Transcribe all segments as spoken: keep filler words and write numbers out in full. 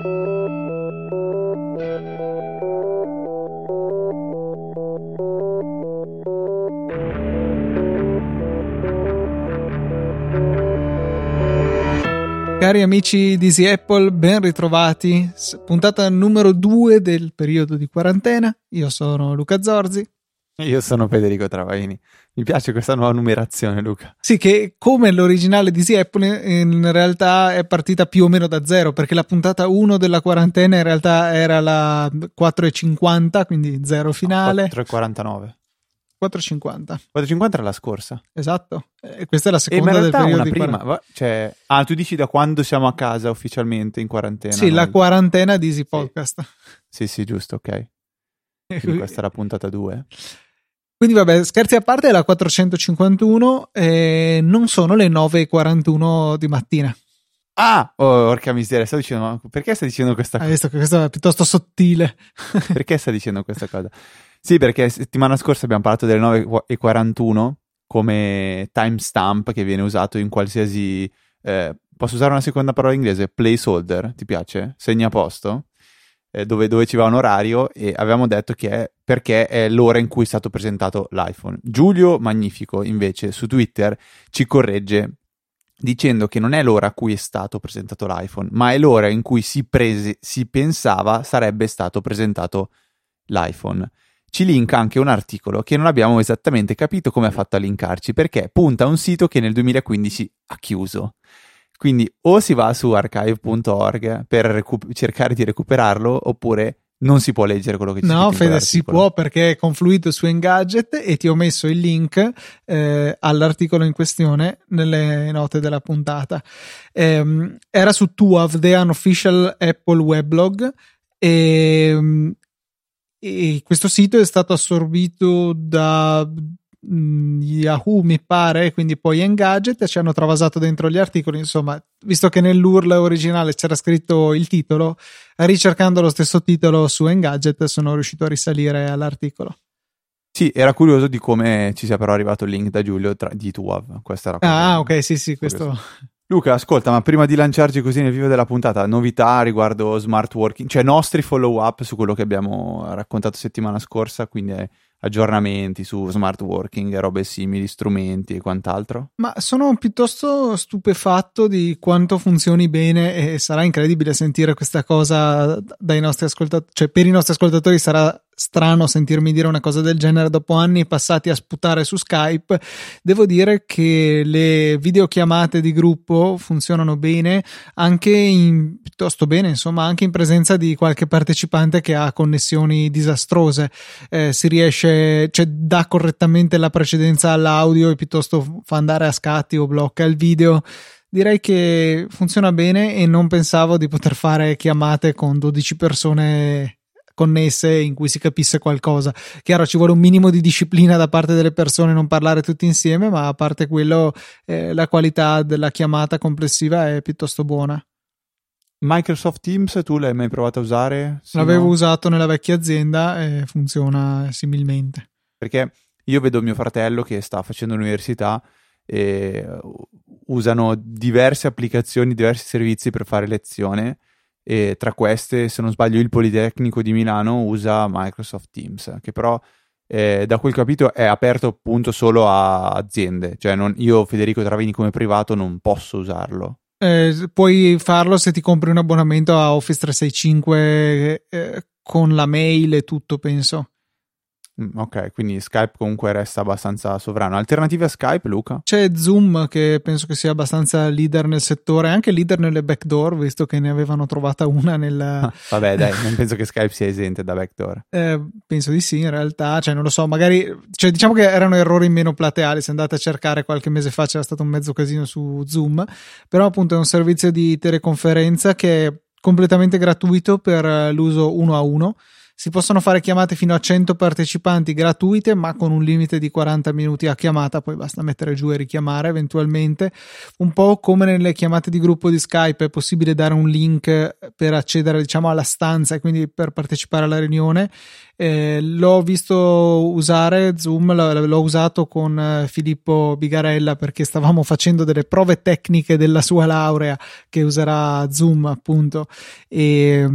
Cari amici di Easy Apple, ben ritrovati. Puntata numero due del periodo di quarantena. Io sono Luca Zorzi. Io sono Federico Travaini. Mi piace questa nuova numerazione, Luca. Sì, che come l'originale di Easy Apple in realtà è partita più o meno da zero, perché la puntata uno della quarantena in realtà era la quattro e cinquanta, quindi zero finale. quattro e quarantanove. quattro e cinquanta. quattro e cinquanta era la scorsa. Esatto. E questa è la E seconda ma in del realtà periodo una di prima, quarantena. va- cioè, ah, tu dici da quando siamo a casa ufficialmente in quarantena? Sì, la noi? quarantena di Easy Podcast. Sì, sì, giusto, ok. Quindi questa è la puntata due. Quindi vabbè, scherzi a parte, è la quattrocentocinquantuno e non sono le nove e quarantuno di mattina. Ah, oh, porca miseria, sto dicendo, ma perché stai dicendo questa Hai cosa? visto che questo è piuttosto sottile. Perché stai dicendo questa cosa? Sì, perché settimana scorsa abbiamo parlato delle nove e quarantuno come timestamp che viene usato in qualsiasi... Eh, posso usare una seconda parola inglese? Placeholder, ti piace? Segnaposto? Eh, dove, dove ci va un orario, e avevamo detto che è perché è l'ora in cui è stato presentato l'iPhone. Giulio Magnifico, invece, su Twitter ci corregge dicendo che non è l'ora a cui è stato presentato l'iPhone, ma è l'ora in cui si, prese, si pensava sarebbe stato presentato l'iPhone. Ci linka anche un articolo che non abbiamo esattamente capito come ha fatto a linkarci, perché punta a un sito che nel duemilaquindici ha chiuso. Quindi o si va su archive punto org per recu- cercare di recuperarlo, oppure non si può leggere quello che c'è scritto No, in Fede, si quell'articolo. può, perché è confluito su Engadget e ti ho messo il link eh, all'articolo in questione nelle note della puntata. Ehm, era su TUAV, The Unofficial Apple Weblog, e, e questo sito è stato assorbito da mh, Yahoo, mi pare, quindi poi Engadget, e ci hanno travasato dentro gli articoli. Insomma, visto che nell'U R L originale c'era scritto il titolo, ricercando lo stesso titolo su Engadget sono riuscito a risalire all'articolo. Sì, era curioso di come ci sia però arrivato il link da Giulio tra- di TUAV. Questa era la cosa Ah, ok, sì, sì, curiosa. questo... Luca, ascolta, ma prima di lanciarci così nel vivo della puntata, novità riguardo smart working, cioè nostri follow up su quello che abbiamo raccontato settimana scorsa, quindi eh, aggiornamenti su smart working, robe simili, strumenti e quant'altro? Ma sono piuttosto stupefatto di quanto funzioni bene, e sarà incredibile sentire questa cosa dai nostri ascoltatori, cioè per i nostri ascoltatori sarà strano sentirmi dire una cosa del genere dopo anni passati a sputare su Skype. Devo dire che le videochiamate di gruppo funzionano bene, anche in, piuttosto bene, insomma, anche in presenza di qualche partecipante che ha connessioni disastrose. Eh, si riesce, cioè dà correttamente la precedenza all'audio e piuttosto fa andare a scatti o blocca il video. Direi che funziona bene e non pensavo di poter fare chiamate con dodici persone connesse in cui si capisse qualcosa. Chiaro, ci vuole un minimo di disciplina da parte delle persone, non parlare tutti insieme, ma a parte quello eh, la qualità della chiamata complessiva è piuttosto buona. Microsoft Teams, tu l'hai mai provato a usare? Sì, L'avevo no? usato nella vecchia azienda e funziona similmente. Perché io vedo mio fratello che sta facendo l'università e usano diverse applicazioni, diversi servizi per fare lezione, e tra queste, se non sbaglio, il Politecnico di Milano usa Microsoft Teams, che però eh, da quel capito è aperto appunto solo a aziende, cioè non, io Federico Travaini come privato non posso usarlo. Eh, puoi farlo se ti compri un abbonamento a Office trecentosessantacinque eh, con la mail e tutto, penso. Mm, ok, quindi Skype comunque resta abbastanza sovrano. Alternative a Skype, Luca? C'è Zoom, che penso che sia abbastanza leader nel settore, anche leader nelle backdoor, visto che ne avevano trovata una nel... Ah, vabbè, dai, non penso che Skype sia esente da backdoor. Eh, penso di sì, in realtà, cioè non lo so, magari, cioè diciamo che erano errori meno plateali. Se andate a cercare qualche mese fa c'era stato un mezzo casino su Zoom, però appunto è un servizio di teleconferenza che è completamente gratuito per l'uso uno a uno. Si possono fare chiamate fino a cento partecipanti gratuite, ma con un limite di quaranta minuti a chiamata, poi basta mettere giù e richiamare eventualmente. Un po' come nelle chiamate di gruppo di Skype, è possibile dare un link per accedere, diciamo, alla stanza e quindi per partecipare alla riunione. Eh, l'ho visto usare Zoom, l- l'ho usato con eh, Filippo Bigarella perché stavamo facendo delle prove tecniche della sua laurea che userà Zoom appunto, e,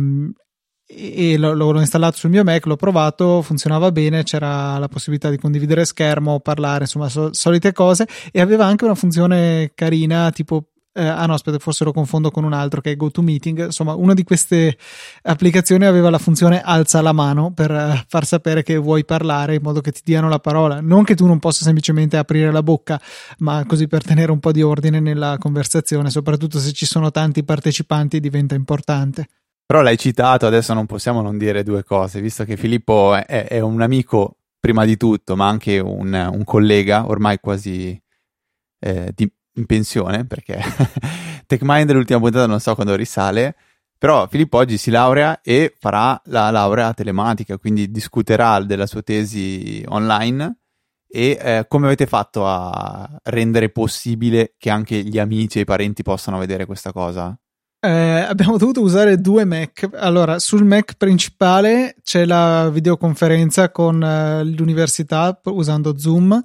e l'ho, l'ho installato sul mio Mac, l'ho provato, funzionava bene, c'era la possibilità di condividere schermo, parlare, insomma so, solite cose, e aveva anche una funzione carina tipo Eh, ah no, aspetta, forse lo confondo con un altro che è GoToMeeting. Insomma, una di queste applicazioni aveva la funzione alza la mano per uh, far sapere che vuoi parlare, in modo che ti diano la parola. Non che tu non possa semplicemente aprire la bocca, ma così per tenere un po' di ordine nella conversazione, soprattutto se ci sono tanti partecipanti diventa importante. Però l'hai citato, adesso non possiamo non dire due cose, visto che Filippo è, è un amico prima di tutto, ma anche un, un collega ormai quasi eh, di in pensione, perché TechMind l'ultima puntata non so quando risale, però Filippo oggi si laurea e farà la laurea telematica, quindi discuterà della sua tesi online. E eh, come avete fatto a rendere possibile che anche gli amici e i parenti possano vedere questa cosa? Eh, abbiamo dovuto usare due Mac. Allora, sul Mac principale c'è la videoconferenza con eh, l'università usando Zoom,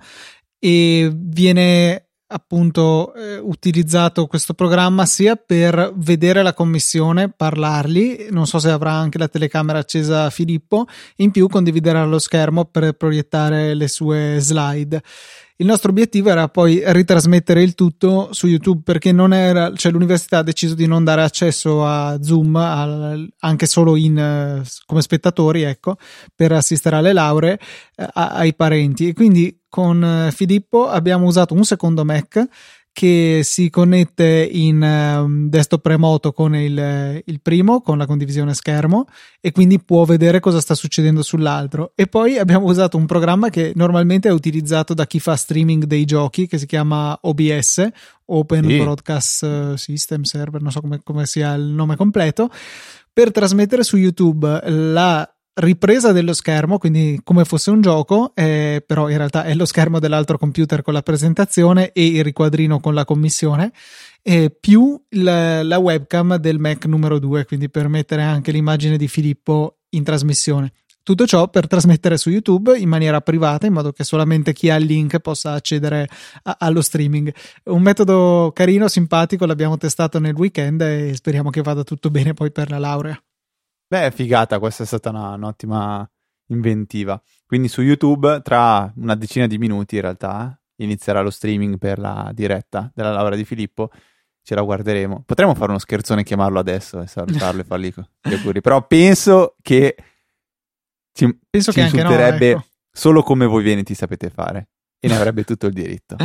e viene appunto eh, utilizzato questo programma sia per vedere la commissione, parlarli, non so se avrà anche la telecamera accesa Filippo, in più condividerà lo schermo per proiettare le sue slide. Il nostro obiettivo era poi ritrasmettere il tutto su YouTube, perché non era, cioè l'università ha deciso di non dare accesso a Zoom al, anche solo in, come spettatori, ecco, per assistere alle lauree eh, ai parenti, e quindi con Filippo abbiamo usato un secondo Mac che si connette in um, desktop remoto con il, il primo, con la condivisione schermo, e quindi può vedere cosa sta succedendo sull'altro. E poi abbiamo usato un programma che normalmente è utilizzato da chi fa streaming dei giochi, che si chiama O B S, Open sì. Broadcast System Server, non so come, come sia il nome completo, per trasmettere su YouTube la ripresa dello schermo, quindi come fosse un gioco, eh, però in realtà è lo schermo dell'altro computer con la presentazione e il riquadrino con la commissione, eh, più la, la webcam del Mac numero due, quindi per mettere anche l'immagine di Filippo in trasmissione. Tutto ciò per trasmettere su YouTube in maniera privata, in modo che solamente chi ha il link possa accedere a, allo streaming. Un metodo carino, simpatico, l'abbiamo testato nel weekend e speriamo che vada tutto bene poi per la laurea. Beh, figata, questa è stata una, un'ottima inventiva. Quindi su YouTube tra una decina di minuti in realtà inizierà lo streaming per la diretta della laurea di Filippo, ce la guarderemo. Potremmo fare uno scherzone e chiamarlo adesso e salutarlo e fargli gli auguri, però penso che ci, penso ci che anche insulterebbe no, ecco. Solo come voi veneti sapete fare, e ne avrebbe tutto il diritto.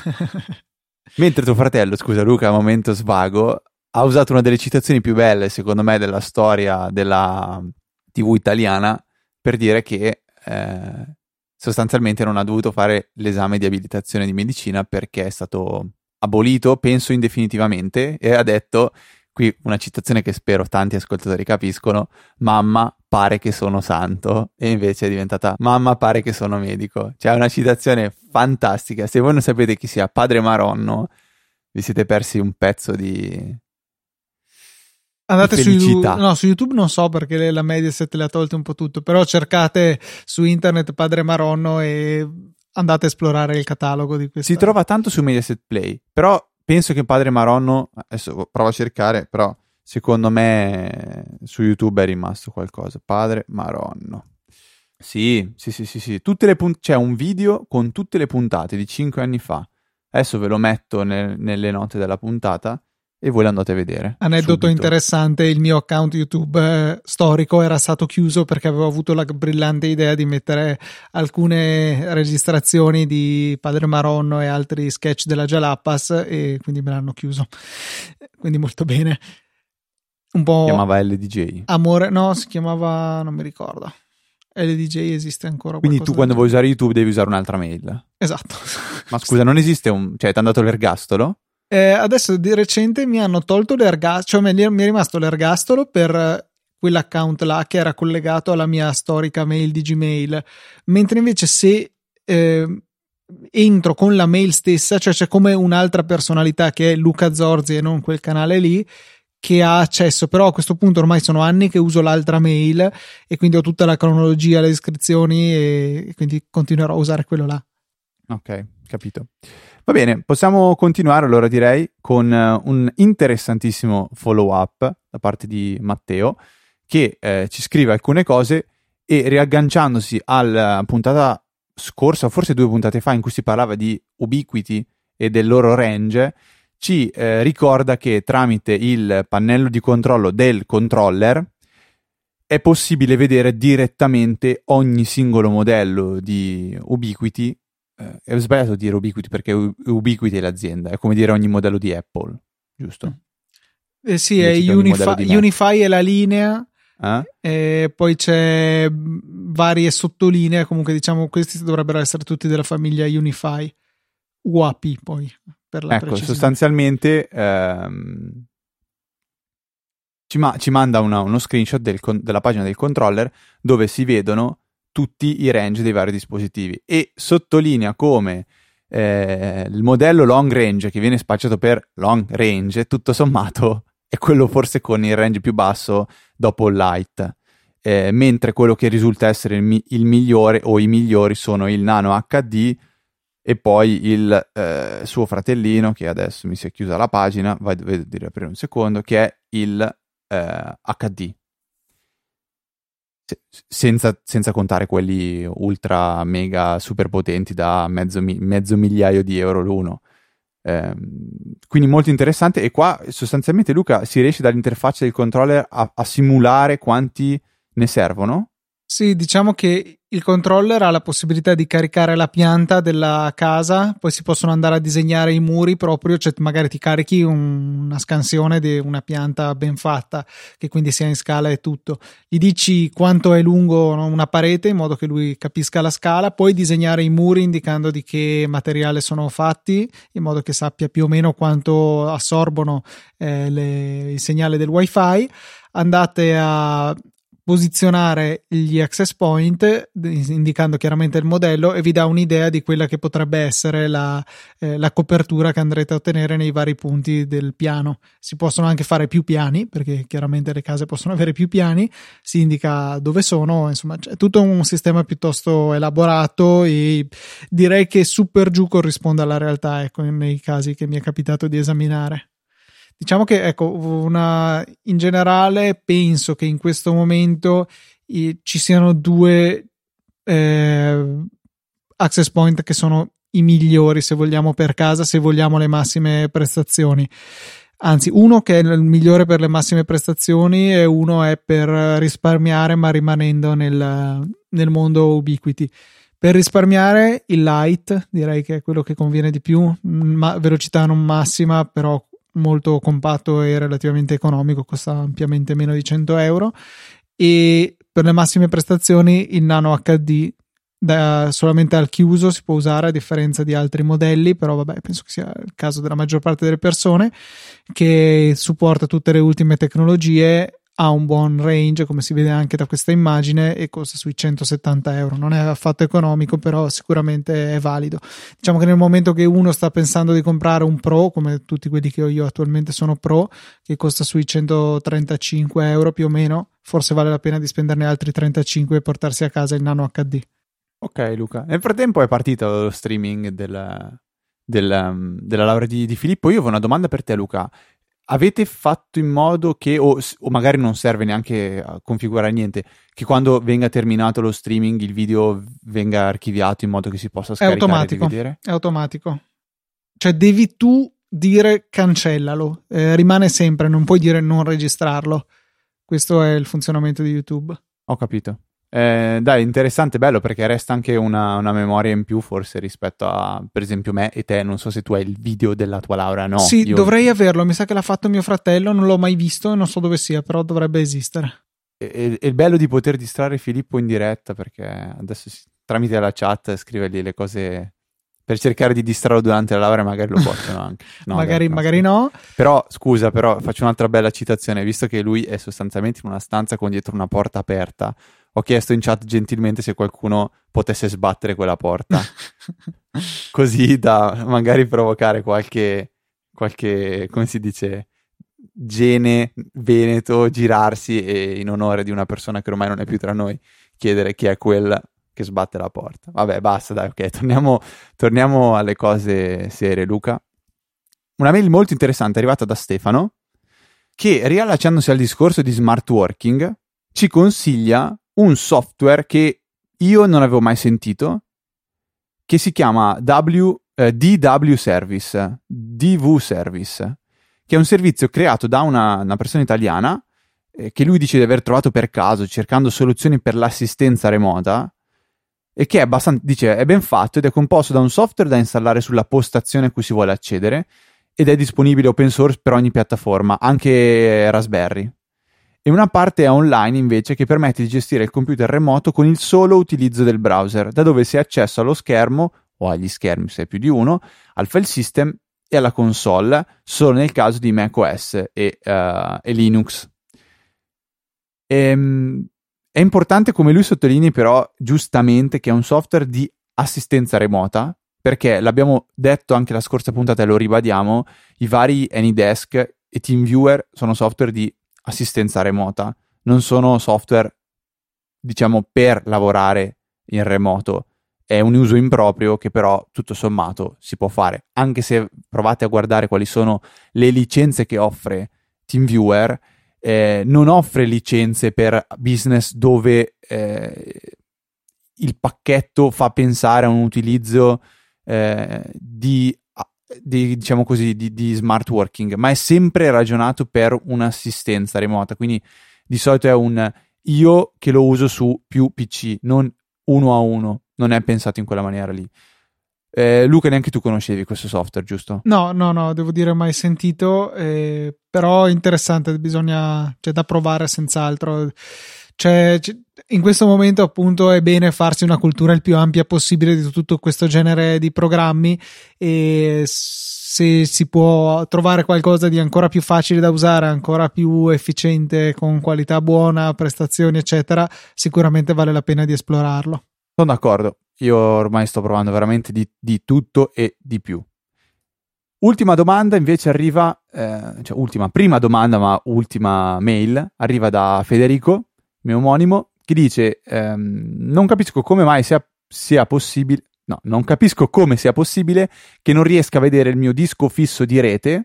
Mentre tuo fratello, scusa Luca, momento svago, ha usato una delle citazioni più belle, secondo me, della storia della tivù italiana per dire che eh, sostanzialmente non ha dovuto fare l'esame di abilitazione di medicina perché è stato abolito, penso indefinitivamente, e ha detto, qui una citazione che spero tanti ascoltatori capiscono: mamma, pare che sono santo, e invece è diventata mamma, pare che sono medico. Cioè, è una citazione fantastica. Se voi non sapete chi sia Padre Maronno, vi siete persi un pezzo di... Andate su YouTube, no, su YouTube non so perché la Mediaset le ha tolte un po' tutto, però cercate su internet Padre Maronno e andate a esplorare il catalogo di questa. Si trova tanto su Mediaset Play, però penso che Padre Maronno, adesso provo a cercare, però secondo me su YouTube è rimasto qualcosa. Padre Maronno. Sì, sì, sì, sì, sì. Tutte le punt- c'è un video con tutte le puntate di cinque anni fa. Adesso ve lo metto nel- nelle note della puntata e voi lo andate a vedere. Aneddoto subito. Interessante: il mio account YouTube eh, storico era stato chiuso perché avevo avuto la brillante idea di mettere alcune registrazioni di Padre Maronno e altri sketch della Jalapas, e quindi me l'hanno chiuso. Quindi molto bene. Un po' Si chiamava L D J. Amore, no, si chiamava, non mi ricordo. L D J esiste ancora. Quindi tu quando vuoi usare YouTube devi usare un'altra mail. Esatto. Ma scusa, non esiste un... cioè ti hanno dato l'ergastolo? Eh, adesso di recente mi hanno tolto l'ergastolo, cioè mi è rimasto l'ergastolo per quell'account là che era collegato alla mia storica mail di Gmail, mentre invece se eh, entro con la mail stessa, cioè c'è come un'altra personalità che è Luca Zorzi e non quel canale lì che ha accesso, però a questo punto ormai sono anni che uso l'altra mail e quindi ho tutta la cronologia, le iscrizioni e quindi continuerò a usare quello là. Ok, capito. Va bene, possiamo continuare allora direi con uh, un interessantissimo follow up da parte di Matteo che eh, ci scrive alcune cose e riagganciandosi alla puntata scorsa, forse due puntate fa, in cui si parlava di Ubiquiti e del loro range, ci eh, ricorda che tramite il pannello di controllo del controller è possibile vedere direttamente ogni singolo modello di Ubiquiti. Eh, è sbagliato dire Ubiquiti perché Ubiquiti è l'azienda, è come dire ogni modello di Apple, giusto? Eh sì, è Unify, Unify è la linea, eh? E poi c'è varie sottolinee, comunque diciamo questi dovrebbero essere tutti della famiglia Unify, U A P poi. Per la ecco, precisione. sostanzialmente ehm, ci, ma- ci manda una, uno screenshot del con- della pagina del controller dove si vedono tutti i range dei vari dispositivi e sottolinea come eh, il modello long range che viene spacciato per long range, tutto sommato, è quello forse con il range più basso dopo il light, eh, mentre quello che risulta essere il, mi- il migliore o i migliori sono il nano acca di e poi il eh, suo fratellino, che adesso mi si è chiusa la pagina, vai, vedo di riaprire un secondo, che è il eh, acca di. Se, senza, senza contare quelli ultra mega super potenti da mezzo, mi, mezzo migliaio di euro l'uno. Eh, quindi molto interessante, e qua sostanzialmente Luca si riesce dall'interfaccia del controller a, a simulare quanti ne servono? Sì, diciamo che il controller ha la possibilità di caricare la pianta della casa, poi si possono andare a disegnare i muri proprio, cioè magari ti carichi un, una scansione di una pianta ben fatta, che quindi sia in scala e tutto. Gli dici quanto è lungo, no, una parete in modo che lui capisca la scala, puoi disegnare i muri indicando di che materiale sono fatti, in modo che sappia più o meno quanto assorbono eh, le, il segnale del wifi. Andate a posizionare gli access point indicando chiaramente il modello e vi dà un'idea di quella che potrebbe essere la, eh, la copertura che andrete a ottenere nei vari punti del piano. Si possono anche fare più piani perché chiaramente le case possono avere più piani, si indica dove sono, insomma è tutto un sistema piuttosto elaborato e direi che super giù corrisponde alla realtà, ecco, nei casi che mi è capitato di esaminare. Diciamo che ecco, una, in generale penso che in questo momento i, ci siano due eh, access point che sono i migliori se vogliamo per casa, se vogliamo le massime prestazioni. Anzi, uno che è il migliore per le massime prestazioni e uno è per risparmiare ma rimanendo nel, nel mondo Ubiquiti. Per risparmiare il Lite direi che è quello che conviene di più, ma, velocità non massima però molto compatto e relativamente economico, costa ampiamente meno di cento euro, e per le massime prestazioni il Nano acca di da, solamente al chiuso si può usare, a differenza di altri modelli, però vabbè penso che sia il caso della maggior parte delle persone, che supporta tutte le ultime tecnologie, ha un buon range come si vede anche da questa immagine e costa sui centosettanta euro. Non è affatto economico, però sicuramente è valido. Diciamo che nel momento che uno sta pensando di comprare un Pro, come tutti quelli che ho io attualmente sono Pro, che costa sui centotrentacinque euro più o meno, forse vale la pena di spenderne altri trentacinque e portarsi a casa il Nano acca di. Ok Luca, nel frattempo è partito lo streaming della, della, della laurea di, di Filippo. Io ho una domanda per te Luca. Avete fatto in modo che, o, o magari non serve neanche a configurare niente, che quando venga terminato lo streaming il video venga archiviato in modo che si possa scaricare è automatico, e rivedere? È automatico. Cioè devi tu dire cancellalo, eh, rimane sempre, non puoi dire non registrarlo. Questo è il funzionamento di YouTube. Ho capito. Eh, dai, interessante, bello, perché resta anche una, una memoria in più forse rispetto a, per esempio, me e te. Non so se tu hai il video della tua laurea, no? Sì, io... dovrei averlo, mi sa che l'ha fatto mio fratello, non l'ho mai visto e non so dove sia, però dovrebbe esistere. È, è bello di poter distrarre Filippo in diretta, perché adesso si, tramite la chat scrivergli le cose per cercare di distrarlo durante la laurea magari lo possono anche. No, magari, dai, no, magari no. Però, scusa, però faccio un'altra bella citazione, visto che lui è sostanzialmente in una stanza con dietro una porta aperta. Ho chiesto in chat gentilmente se qualcuno potesse sbattere quella porta, così da magari provocare qualche, qualche, come si dice, gene veneto, girarsi e in onore di una persona che ormai non è più tra noi, chiedere chi è quel che sbatte la porta. Vabbè, basta, dai, ok, torniamo, torniamo alle cose serie, Luca. Una mail molto interessante è arrivata da Stefano, che riallacciandosi al discorso di smart working, ci consiglia un software che io non avevo mai sentito, che si chiama w, eh, D W Service, D V Service, che è un servizio creato da una, una persona italiana, eh, che lui dice di aver trovato per caso, cercando soluzioni per l'assistenza remota, e che è abbastanza, dice, è ben fatto ed è composto da un software da installare sulla postazione a cui si vuole accedere, ed è disponibile open source per ogni piattaforma, anche Raspberry. E una parte è online invece che permette di gestire il computer remoto con il solo utilizzo del browser, da dove si ha accesso allo schermo, o agli schermi se è più di uno, al file system e alla console, solo nel caso di macOS e, uh, e Linux. E, è importante, come lui sottolinea però giustamente, che è un software di assistenza remota, perché l'abbiamo detto anche la scorsa puntata e lo ribadiamo, i vari AnyDesk e TeamViewer sono software di assistenza remota, non sono software, diciamo, per lavorare in remoto. È un uso improprio che però tutto sommato si può fare, anche se provate a guardare quali sono le licenze che offre TeamViewer, eh, non offre licenze per business dove eh, il pacchetto fa pensare a un utilizzo eh, di Di, diciamo così, di, di smart working, ma è sempre ragionato per un'assistenza remota, quindi di solito è un io che lo uso su più P C, non uno a uno, non è pensato in quella maniera lì. eh, Luca, neanche tu conoscevi questo software, giusto? No, no, no, devo dire mai sentito, eh, però interessante, bisogna, c'è da provare senz'altro. Cioè, in questo momento appunto è bene farsi una cultura il più ampia possibile di tutto questo genere di programmi, e se si può trovare qualcosa di ancora più facile da usare, ancora più efficiente, con qualità buona, prestazioni eccetera, sicuramente vale la pena di esplorarlo. Sono d'accordo, io ormai sto provando veramente di, di tutto e di più. Ultima domanda invece arriva, eh, cioè ultima, prima domanda ma ultima mail, arriva da Federico, mio omonimo, che dice ehm, non capisco come mai sia, sia possibile no, non capisco come sia possibile che non riesca a vedere il mio disco fisso di rete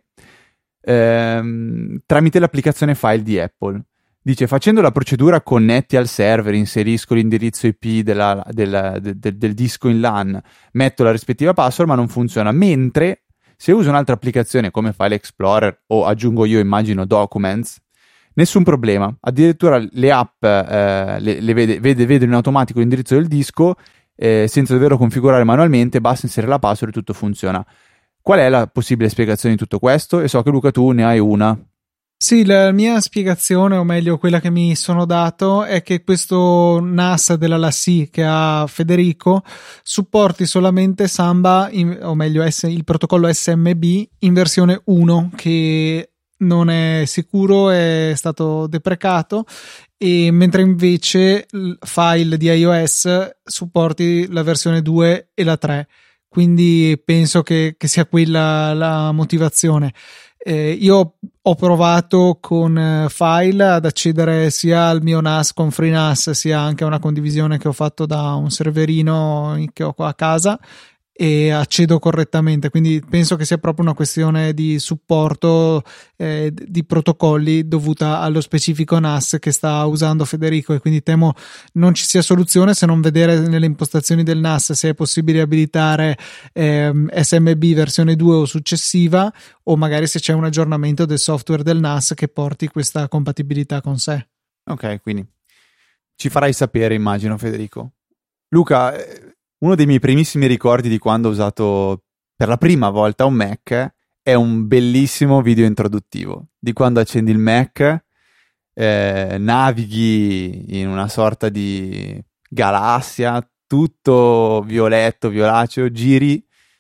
ehm, tramite l'applicazione file di Apple. Dice, facendo la procedura connetti al server, inserisco l'indirizzo I P della, della, de, de, del disco in LAN, metto la rispettiva password, ma non funziona, mentre se uso un'altra applicazione come File Explorer o aggiungo io immagino Documents, nessun problema, addirittura le app eh, le, le vede, vede, vede in automatico l'indirizzo del disco eh, senza doverlo configurare manualmente, basta inserire la password e tutto funziona. Qual è la possibile spiegazione di tutto questo? E so che Luca tu ne hai una. Sì, la mia spiegazione, o meglio quella che mi sono dato, è che questo N A S della L A S I che ha Federico supporti solamente Samba, in, o meglio S, il protocollo S M B in versione uno, che non è sicuro, è stato deprecato, e mentre invece il file di iOS supporti la versione due e la tre, quindi penso che, che sia quella la motivazione. Eh, io ho provato con File ad accedere sia al mio N A S con FreeNAS sia anche a una condivisione che ho fatto da un serverino che ho qua a casa, e accedo correttamente, quindi penso che sia proprio una questione di supporto eh, di protocolli dovuta allo specifico N A S che sta usando Federico, e quindi temo non ci sia soluzione se non vedere nelle impostazioni del N A S se è possibile abilitare ehm, S M B versione due o successiva, o magari se c'è un aggiornamento del software del N A S che porti questa compatibilità con sé. Ok, quindi ci farai sapere, immagino, Federico. Luca, uno dei miei primissimi ricordi di quando ho usato per la prima volta un Mac è un bellissimo video introduttivo di quando accendi il Mac, eh, navighi in una sorta di galassia, tutto violetto, violaceo, giri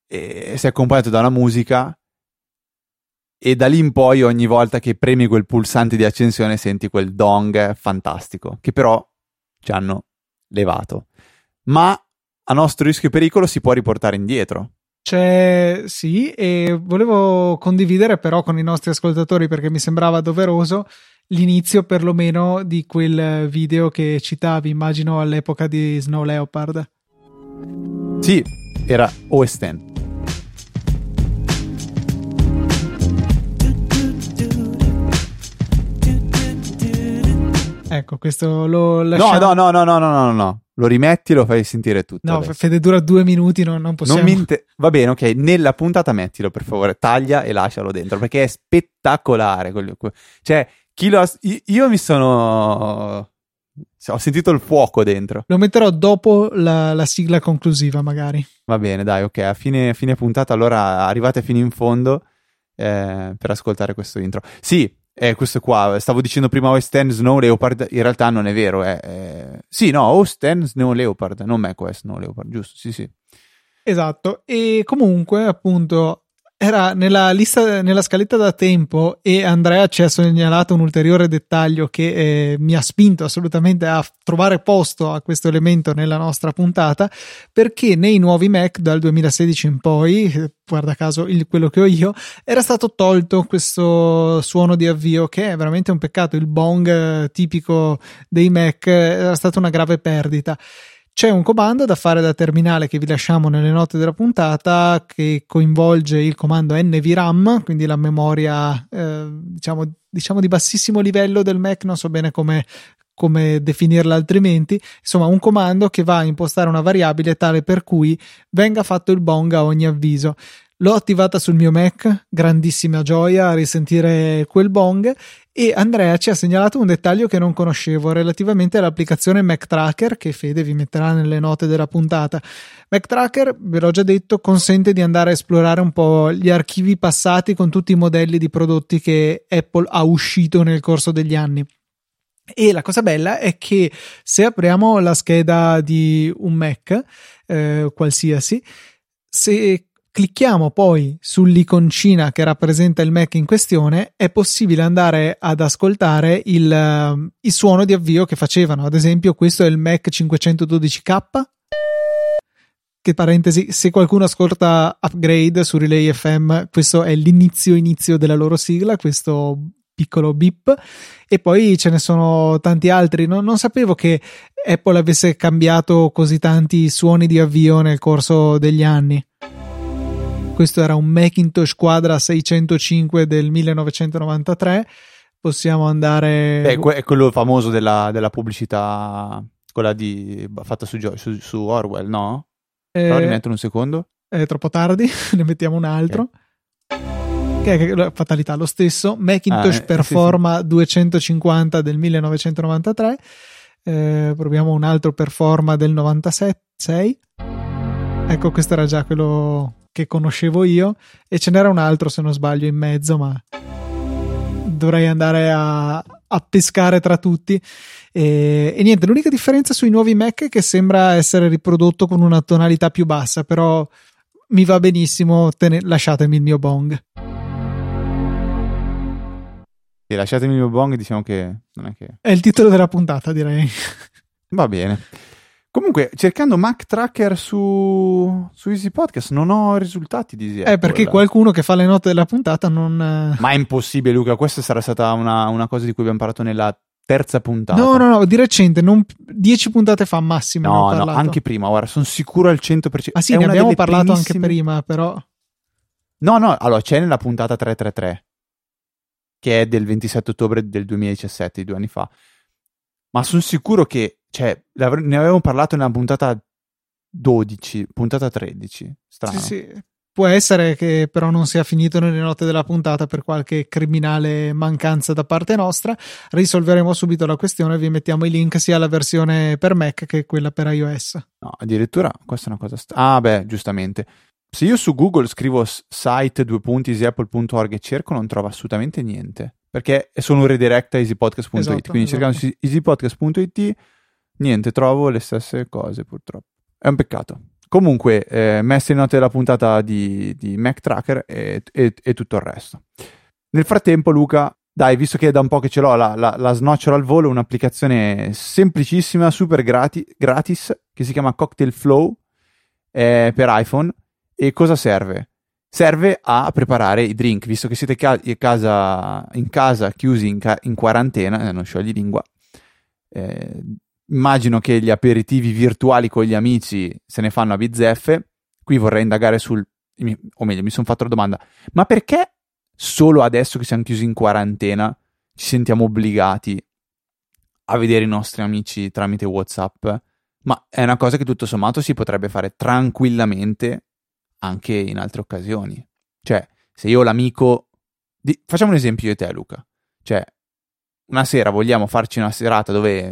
e si è accompagnato da una musica, e da lì in poi ogni volta che premi quel pulsante di accensione senti quel dong fantastico, che però ci hanno levato. Ma a nostro rischio e pericolo si può riportare indietro. C'è, sì, e volevo condividere però con i nostri ascoltatori, perché mi sembrava doveroso, l'inizio perlomeno di quel video che citavi, immagino all'epoca di Snow Leopard. Sì, era O S X. Ecco, questo lo lasciamo. No, no, no, no, no, no, no, no. Lo rimetti e lo fai sentire tutto. No, adesso. Fede, dura due minuti, no, non possiamo. Non mi inter- Va bene, ok, nella puntata mettilo per favore, taglia e lascialo dentro, perché è spettacolare. Cioè, chi lo ha... Io mi sono... Ho sentito il fuoco dentro. Lo metterò dopo la, la sigla conclusiva, magari. Va bene, dai, ok, a fine, fine puntata, allora arrivate fino in fondo eh, per ascoltare questo intro. Sì, eh, questo qua, stavo dicendo prima O S X Snow Leopard, in realtà non è vero. Eh, eh. Sì, no, O S X Snow Leopard, non macOS Snow Leopard, giusto, sì, sì. Esatto, e comunque, appunto, era nella lista, nella scaletta da tempo, e Andrea ci ha segnalato un ulteriore dettaglio che eh, mi ha spinto assolutamente a trovare posto a questo elemento nella nostra puntata, perché nei nuovi Mac dal duemilasedici in poi, guarda caso il, quello che ho io, era stato tolto questo suono di avvio, che è veramente un peccato. Il bong eh, tipico dei Mac era stata una grave perdita. C'è un comando da fare da terminale che vi lasciamo nelle note della puntata, che coinvolge il comando N V RAM, quindi la memoria eh, diciamo, diciamo di bassissimo livello del Mac, non so bene come, come definirla altrimenti. Insomma, un comando che va a impostare una variabile tale per cui venga fatto il bong a ogni avviso. L'ho attivata sul mio Mac, grandissima gioia a risentire quel bong, e Andrea ci ha segnalato un dettaglio che non conoscevo relativamente all'applicazione Mac Tracker, che Fede vi metterà nelle note della puntata. Mac Tracker, ve l'ho già detto, consente di andare a esplorare un po' gli archivi passati con tutti i modelli di prodotti che Apple ha uscito nel corso degli anni. E la cosa bella è che se apriamo la scheda di un Mac eh, qualsiasi, se clicchiamo poi sull'iconcina che rappresenta il Mac in questione, è possibile andare ad ascoltare il, uh, il suono di avvio che facevano. Ad esempio, questo è il Mac cinquecentododici K, che, parentesi, se qualcuno ascolta Upgrade su Relay F M, questo è l'inizio inizio della loro sigla, questo piccolo beep. E poi ce ne sono tanti altri. Non, non sapevo che Apple avesse cambiato così tanti suoni di avvio nel corso degli anni. Questo era un Macintosh Quadra seicentocinque del millenovecentonovantatré. Possiamo andare... Beh, è quello famoso della, della pubblicità, quella di, fatta su, su, su Orwell, no? Eh, Però rimettono un secondo. È troppo tardi, ne mettiamo un altro. Okay. Che è fatalità, lo stesso. Macintosh ah, eh, Performa sì, sì. duecentocinquanta del millenovecentonovantatré. Eh, proviamo un altro Performa del novantasei. Ecco, questo era già quello che conoscevo io, e ce n'era un altro se non sbaglio in mezzo, ma dovrei andare a, a pescare tra tutti. E, e niente, l'unica differenza sui nuovi Mac è che sembra essere riprodotto con una tonalità più bassa, però mi va benissimo, ten- lasciatemi il mio bong. E lasciatemi il mio bong, diciamo che non è che... È il titolo della puntata, direi. Va bene. Comunque, cercando Mac Tracker su, su Easy Podcast non ho risultati di Easy. Eh, perché qualcuno che fa le note della puntata non... Ma è impossibile, Luca, questa sarà stata una, una cosa di cui abbiamo parlato nella terza puntata. No, no, no, di recente, non... dieci puntate fa massimo. No, no, anche prima, ora sono sicuro al cento per cento. Ah sì, è ne una abbiamo parlato primissime... anche prima, però... No, no, allora c'è nella puntata trecentotrentatré, che è del ventisette ottobre del duemiladiciassette, di due anni fa. Ma sono sicuro che, cioè, ne avevamo parlato nella puntata dodici, puntata tredici. Strano. Sì, sì. Può essere che però non sia finito nelle note della puntata per qualche criminale mancanza da parte nostra. Risolveremo subito la questione, vi mettiamo i link sia alla versione per Mac che quella per iOS. No, addirittura questa è una cosa... St- ah, beh, giustamente. Se io su Google scrivo site due punti easyapple punto org e cerco, non trovo assolutamente niente. Perché è solo un redirect a easypodcast punto it. Esatto, quindi esatto. Cercando easypodcast punto it, niente, trovo le stesse cose purtroppo. È un peccato. Comunque, eh, messe in note della puntata di, di Mac Tracker e, e, e tutto il resto. Nel frattempo, Luca, dai, visto che è da un po' che ce l'ho, la, la, la snocciolo al volo, un'applicazione semplicissima, super grati, gratis, che si chiama Cocktail Flow, eh, per iPhone. E cosa serve? Serve a preparare i drink, visto che siete ca- in, casa, in casa, chiusi in, ca- in quarantena, eh, non sciogli lingua. Eh, immagino che gli aperitivi virtuali con gli amici se ne fanno a bizzeffe. Qui vorrei indagare sul, o meglio, mi sono fatto la domanda, ma perché solo adesso che siamo chiusi in quarantena ci sentiamo obbligati a vedere i nostri amici tramite WhatsApp? Ma è una cosa che tutto sommato si potrebbe fare tranquillamente anche in altre occasioni. Cioè, se io ho l'amico di... facciamo un esempio io e te, Luca. Cioè, una sera vogliamo farci una serata dove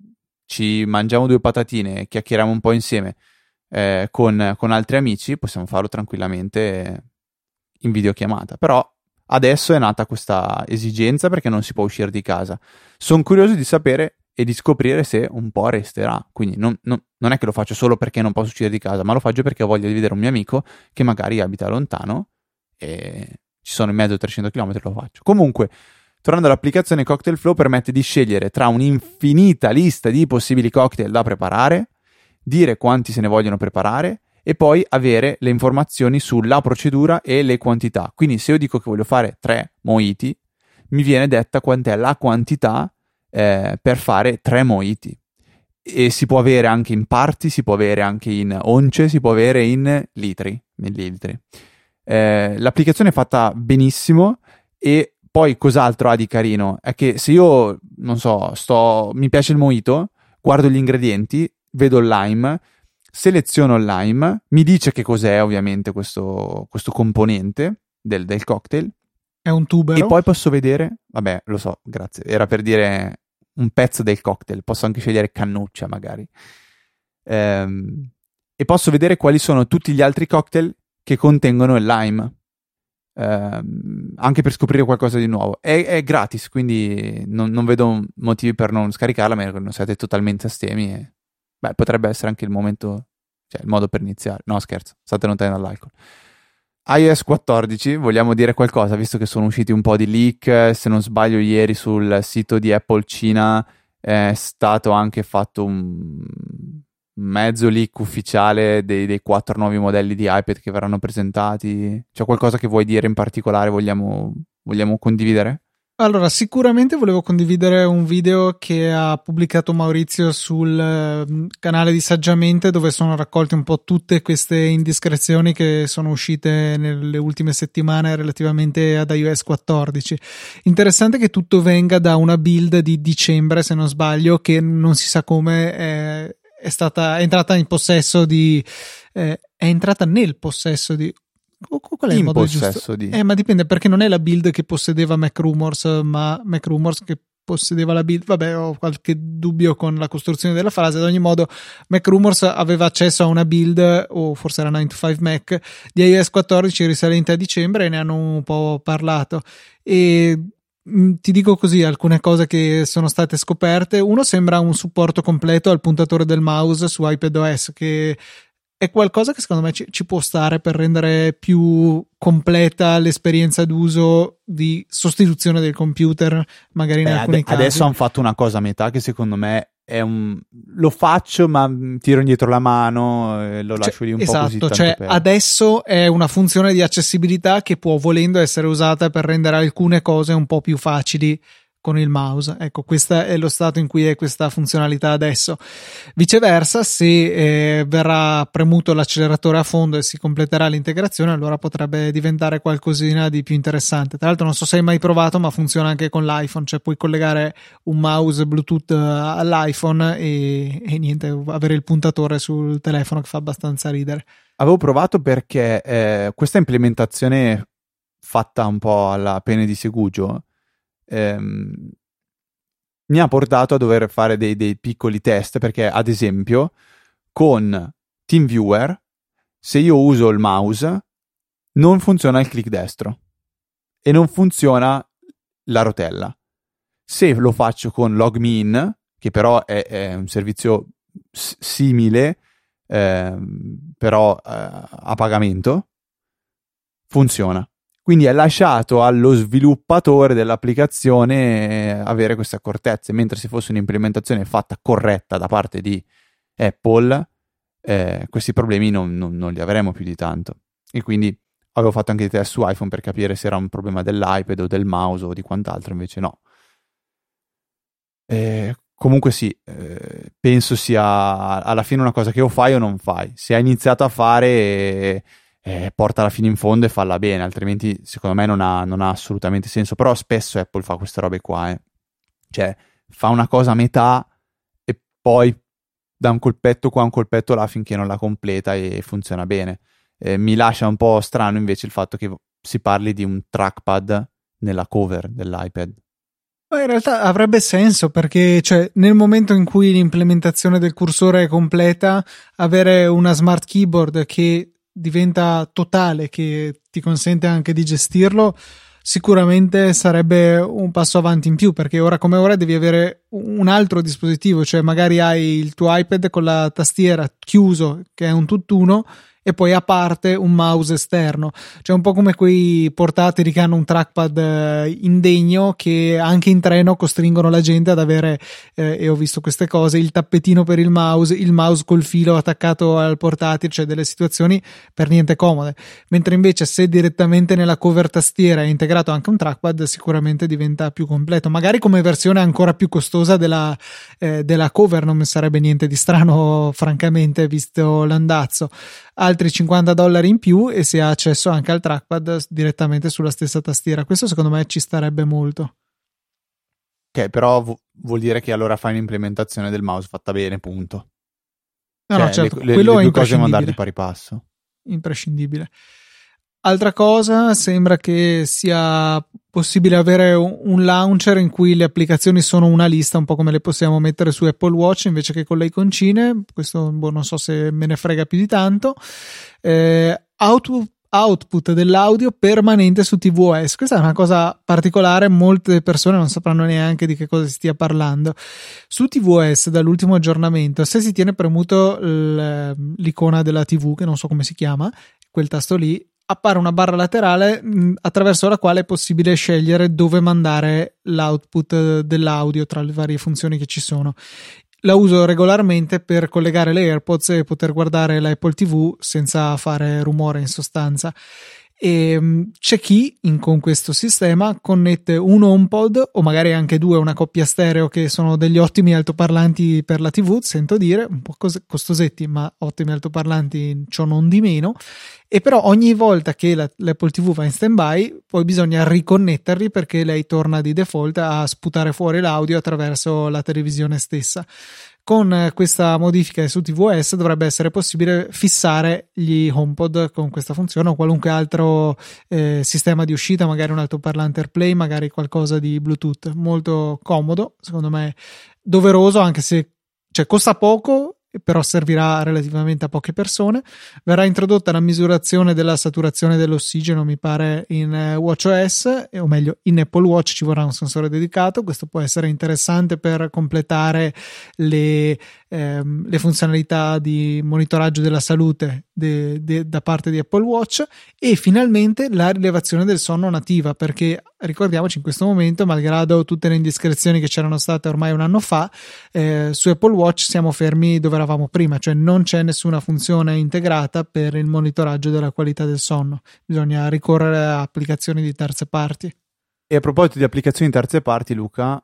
ci mangiamo due patatine, chiacchieriamo un po' insieme eh, con, con altri amici, possiamo farlo tranquillamente in videochiamata. Però adesso è nata questa esigenza perché non si può uscire di casa. Sono curioso di sapere e di scoprire se un po' resterà. Quindi non, non, non è che lo faccio solo perché non posso uscire di casa, ma lo faccio perché ho voglia di vedere un mio amico che magari abita lontano e ci sono in mezzo trecento chilometri, lo faccio. Comunque, tornando all'applicazione, Cocktail Flow permette di scegliere tra un'infinita lista di possibili cocktail da preparare, dire quanti se ne vogliono preparare e poi avere le informazioni sulla procedura e le quantità. Quindi se io dico che voglio fare tre mojiti, mi viene detta quant'è la quantità eh, per fare tre mojiti. E si può avere anche in parti, si può avere anche in once, si può avere in litri, millilitri. Eh, l'applicazione è fatta benissimo. E poi cos'altro ha di carino? È che se io, non so, sto, mi piace il mojito, guardo gli ingredienti, vedo il lime, seleziono il lime, mi dice che cos'è ovviamente questo, questo componente del, del cocktail. È un tubero. E poi posso vedere, vabbè, lo so, grazie, era per dire un pezzo del cocktail, posso anche scegliere cannuccia magari. Ehm, e posso vedere quali sono tutti gli altri cocktail che contengono il lime. Uh, anche per scoprire qualcosa di nuovo. È, è gratis, quindi non, non vedo motivi per non scaricarla, ma non siete totalmente astemi e, beh, potrebbe essere anche il momento, cioè il modo per iniziare. No, scherzo, state lontani dall'alcol. iOS quattordici, vogliamo dire qualcosa, visto che sono usciti un po' di leak. Se non sbaglio, ieri sul sito di Apple Cina è stato anche fatto un mezzo leak ufficiale dei, dei quattro nuovi modelli di iPad che verranno presentati. C'è qualcosa che vuoi dire in particolare? Vogliamo, vogliamo condividere? Allora, sicuramente volevo condividere un video che ha pubblicato Maurizio sul eh, canale di Saggiamente, dove sono raccolte un po' tutte queste indiscrezioni che sono uscite nelle ultime settimane relativamente ad iOS quattordici. Interessante che tutto venga da una build di dicembre, se non sbaglio, che non si sa come è, è stata è entrata in possesso di eh, è entrata nel possesso di qual è il in modo possesso giusto? di Eh, ma dipende, perché non è la build che possedeva MacRumors, ma MacRumors che possedeva la build. Vabbè, ho qualche dubbio con la costruzione della frase. Ad ogni modo, MacRumors aveva accesso a una build, o forse era nine to five Mac, di iOS quattordici risalente a dicembre, e ne hanno un po' parlato. E mh, ti dico così alcune cose che sono state scoperte. Uno, sembra un supporto completo al puntatore del mouse su iPadOS, che è qualcosa che secondo me ci, ci può stare per rendere più completa l'esperienza d'uso di sostituzione del computer, magari in Beh, alcuni ad- casi. adesso hanno fatto una cosa a metà che secondo me è un... lo faccio ma tiro indietro la mano e lo lascio Cioè, lì un esatto, po' così tanto cioè per... adesso è una funzione di accessibilità che può, volendo, essere usata per rendere alcune cose un po' più facili con il mouse. Ecco, questo è lo stato in cui è questa funzionalità adesso. Viceversa, se eh, verrà premuto l'acceleratore a fondo e si completerà l'integrazione, allora potrebbe diventare qualcosina di più interessante. Tra l'altro non so se hai mai provato, ma funziona anche con l'iPhone, cioè puoi collegare un mouse Bluetooth all'iPhone e, e niente, avere il puntatore sul telefono, che fa abbastanza ridere. Avevo provato perché eh, questa implementazione fatta un po' alla pene di Segugio ehm, mi ha portato a dover fare dei, dei piccoli test, perché ad esempio con TeamViewer, se io uso il mouse non funziona il click destro e non funziona la rotella. Se lo faccio con LogMeIn, che però è, è un servizio s- simile, eh, però eh, a pagamento, funziona. Quindi è lasciato allo sviluppatore dell'applicazione avere queste accortezze, mentre se fosse un'implementazione fatta corretta da parte di Apple, eh, questi problemi non, non, non li avremo più di tanto. E quindi avevo fatto anche i test su iPhone per capire se era un problema dell'iPad o del mouse o di quant'altro, invece no. Eh, comunque sì, eh, penso sia alla fine una cosa che o fai o non fai. Se hai iniziato a fare... Eh, Eh, portala fino in fondo e falla bene, altrimenti secondo me non ha, non ha assolutamente senso. Però spesso Apple fa queste robe qua, eh. Cioè fa una cosa a metà e poi dà un colpetto qua, un colpetto là finché non la completa e funziona bene. Eh, mi lascia un po' strano invece il fatto che si parli di un trackpad nella cover dell'iPad. Ma in realtà avrebbe senso, perché cioè, nel momento in cui l'implementazione del cursore è completa, avere una smart keyboard che diventa totale, che ti consente anche di gestirlo, sicuramente sarebbe un passo avanti in più, perché ora come ora devi avere un altro dispositivo, cioè magari hai il tuo iPad con la tastiera chiuso, che è un tutt'uno, e poi a parte un mouse esterno, cioè un po' come quei portatili che hanno un trackpad indegno che anche in treno costringono la gente ad avere, eh, e ho visto queste cose, il tappetino per il mouse, il mouse col filo attaccato al portatile, cioè delle situazioni per niente comode, mentre invece se direttamente nella cover tastiera è integrato anche un trackpad sicuramente diventa più completo, magari come versione ancora più costosa della, eh, della cover, non mi sarebbe niente di strano francamente visto l'andazzo. Altri cinquanta dollari in più e si ha accesso anche al trackpad direttamente sulla stessa tastiera. Questo secondo me ci starebbe molto. Ok, però vu- vuol dire che allora fai un'implementazione del mouse fatta bene, punto. No, cioè, no, certo, le, le, quello le è due cose devono andare imprescindibile. di pari passo. Imprescindibile. Altra cosa, sembra che sia possibile avere un launcher in cui le applicazioni sono una lista, un po' come le possiamo mettere su Apple Watch invece che con le iconcine. Questo boh, non so se me ne frega più di tanto. Eh, output, output dell'audio permanente su tvOS. Questa è una cosa particolare, molte persone non sapranno neanche di che cosa si stia parlando. Su tvOS dall'ultimo aggiornamento, se si tiene premuto l'icona della tivù, che non so come si chiama, quel tasto lì, appare una barra laterale mh, attraverso la quale è possibile scegliere dove mandare l'output dell'audio tra le varie funzioni che ci sono. La uso regolarmente per collegare le AirPods e poter guardare la Apple tivù senza fare rumore, in sostanza. E mh, c'è chi in, con questo sistema connette un HomePod o magari anche due, una coppia stereo, che sono degli ottimi altoparlanti per la tivù, sento dire, un po' cos- costosetti ma ottimi altoparlanti, ciò non di meno. E però ogni volta che la, l'Apple tivù va in stand-by poi bisogna riconnetterli, perché lei torna di default a sputare fuori l'audio attraverso la televisione stessa. Con questa modifica su tvOS dovrebbe essere possibile fissare gli HomePod con questa funzione o qualunque altro eh, sistema di uscita, magari un altoparlante AirPlay, magari qualcosa di Bluetooth. Molto comodo, secondo me doveroso, anche se cioè, costa poco, però servirà relativamente a poche persone. Verrà introdotta la misurazione della saturazione dell'ossigeno, mi pare, in WatchOS, o meglio in Apple Watch ci vorrà un sensore dedicato. Questo può essere interessante per completare le, ehm, le funzionalità di monitoraggio della salute de, de, da parte di Apple Watch. E finalmente la rilevazione del sonno nativa, perché ricordiamoci, in questo momento, malgrado tutte le indiscrezioni che c'erano state ormai un anno fa, eh, su Apple Watch siamo fermi dove eravamo prima, cioè non c'è nessuna funzione integrata per il monitoraggio della qualità del sonno, bisogna ricorrere a applicazioni di terze parti. E a proposito di applicazioni di terze parti, Luca,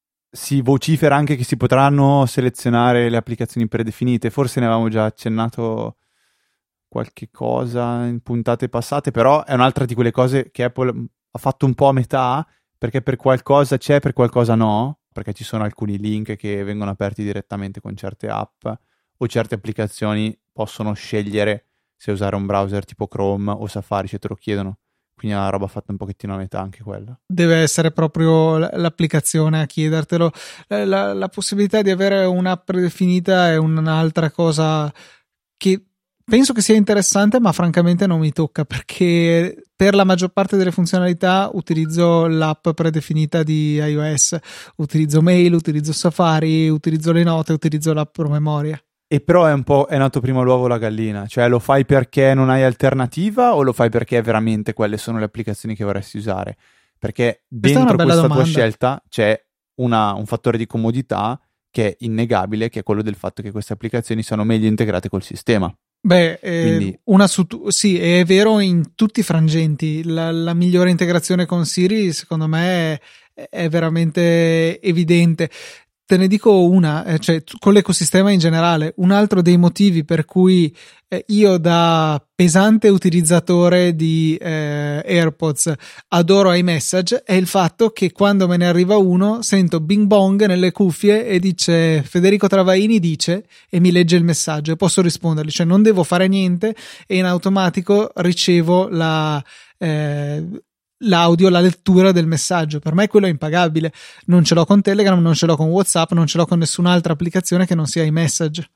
si vocifera anche che si potranno selezionare le applicazioni predefinite. Forse ne avevamo già accennato qualche cosa in puntate passate, però è un'altra di quelle cose che Apple ha fatto un po' a metà, perché per qualcosa c'è, per qualcosa no, perché ci sono alcuni link che vengono aperti direttamente con certe app, o certe applicazioni possono scegliere se usare un browser tipo Chrome o Safari, se te lo chiedono. Quindi è una roba fatta un pochettino a metà anche quella. Deve essere proprio l'applicazione a chiedertelo. La, la, la possibilità di avere un'app predefinita è un'altra cosa che penso che sia interessante, ma francamente non mi tocca, perché per la maggior parte delle funzionalità utilizzo l'app predefinita di iOS, utilizzo Mail, utilizzo Safari, utilizzo le note, utilizzo l'app promemoria. E però è un po' è nato prima l'uovo o la gallina, cioè lo fai perché non hai alternativa o lo fai perché veramente quelle sono le applicazioni che vorresti usare? Perché Questa è una dentro bella questa tua domanda. scelta c'è una- un fattore di comodità che è innegabile, che è quello del fatto che queste applicazioni sono meglio integrate col sistema. Beh, eh, Quindi una su tu- sì, è vero in tutti i frangenti. La, la migliore integrazione con Siri, secondo me, è, è veramente evidente. Te ne dico una, eh, cioè t- con l'ecosistema in generale. Un altro dei motivi per cui eh, io, da pesante utilizzatore di eh, AirPods, adoro iMessage è il fatto che quando me ne arriva uno sento bing bong nelle cuffie e dice Federico Travaini dice, e mi legge il messaggio e posso rispondergli, cioè non devo fare niente e in automatico ricevo la eh, l'audio, la lettura del messaggio. Per me quello è impagabile. Non ce l'ho con Telegram, non ce l'ho con WhatsApp, non ce l'ho con nessun'altra applicazione che non sia iMessage.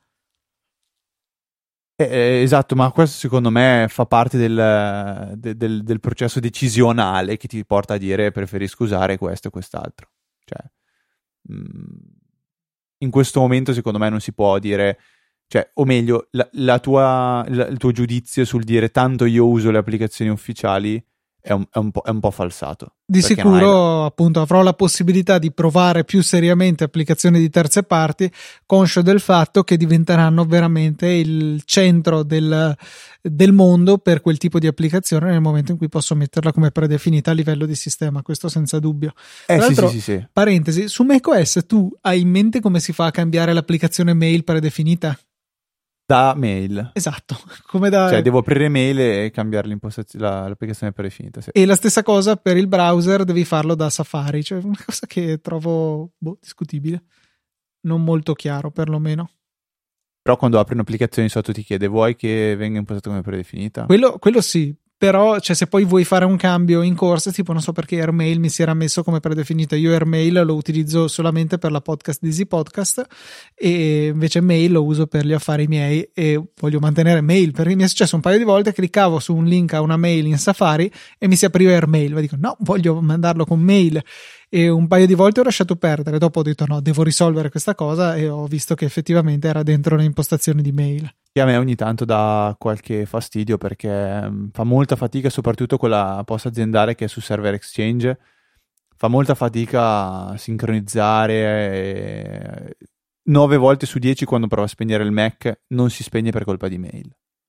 Eh, eh, esatto, ma questo secondo me fa parte del, de- del- del processo decisionale che ti porta a dire preferisco usare questo e quest'altro. Cioè, mh, in questo momento secondo me non si può dire, cioè, o meglio, la, la tua, la- il tuo giudizio sul dire tanto io uso le applicazioni ufficiali è un, è un po', è un po' falsato. Di Perché non hai la- sicuro, appunto, avrò la possibilità di provare più seriamente applicazioni di terze parti, conscio del fatto che diventeranno veramente il centro del, del mondo per quel tipo di applicazione nel momento in cui posso metterla come predefinita a livello di sistema, questo senza dubbio. Eh Tra sì, sì, l'altro, sì, sì. parentesi, su macOS tu hai in mente come si fa a cambiare l'applicazione mail predefinita? Da mail. Esatto, come da... Cioè, devo aprire mail e cambiare l'impostazione, la- l'applicazione predefinita. Sì. E la stessa cosa per il browser, devi farlo da Safari, cioè una cosa che trovo boh, discutibile, non molto chiaro perlomeno. Però quando apri un'applicazione sotto ti chiede vuoi che venga impostata come predefinita? Quello, quello sì, però cioè, se poi vuoi fare un cambio in corsa, tipo non so perché Airmail mi si era messo come predefinita, io Airmail lo utilizzo solamente per la podcast di Easy Podcast e invece Mail lo uso per gli affari miei e voglio mantenere Mail, perché mi è successo un paio di volte, cliccavo su un link a una mail in Safari e mi si apriva Airmail, ma dico no, voglio mandarlo con Mail. E un paio di volte ho lasciato perdere, dopo ho detto no, devo risolvere questa cosa e ho visto che effettivamente era dentro le impostazioni di mail. Che a me ogni tanto dà qualche fastidio perché mh, fa molta fatica, soprattutto quella post aziendale che è su Server Exchange, fa molta fatica a sincronizzare. E... nove volte su dieci quando provo a spegnere il Mac non si spegne per colpa di mail.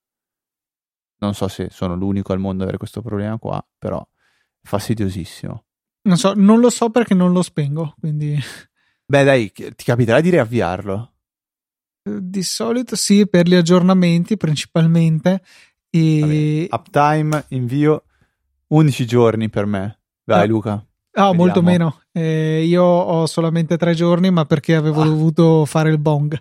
Non so se sono l'unico al mondo ad avere questo problema qua, però è fastidiosissimo. Non so, non lo so perché non lo spengo, quindi Beh dai, ti capiterà di riavviarlo? di solito sì, per gli aggiornamenti principalmente. E... Vabbè, uptime, invio, undici giorni per me. Vai ah, Luca. ah, Vediamo. molto meno. Eh, io ho solamente tre giorni, ma perché avevo Ah. dovuto fare il bong.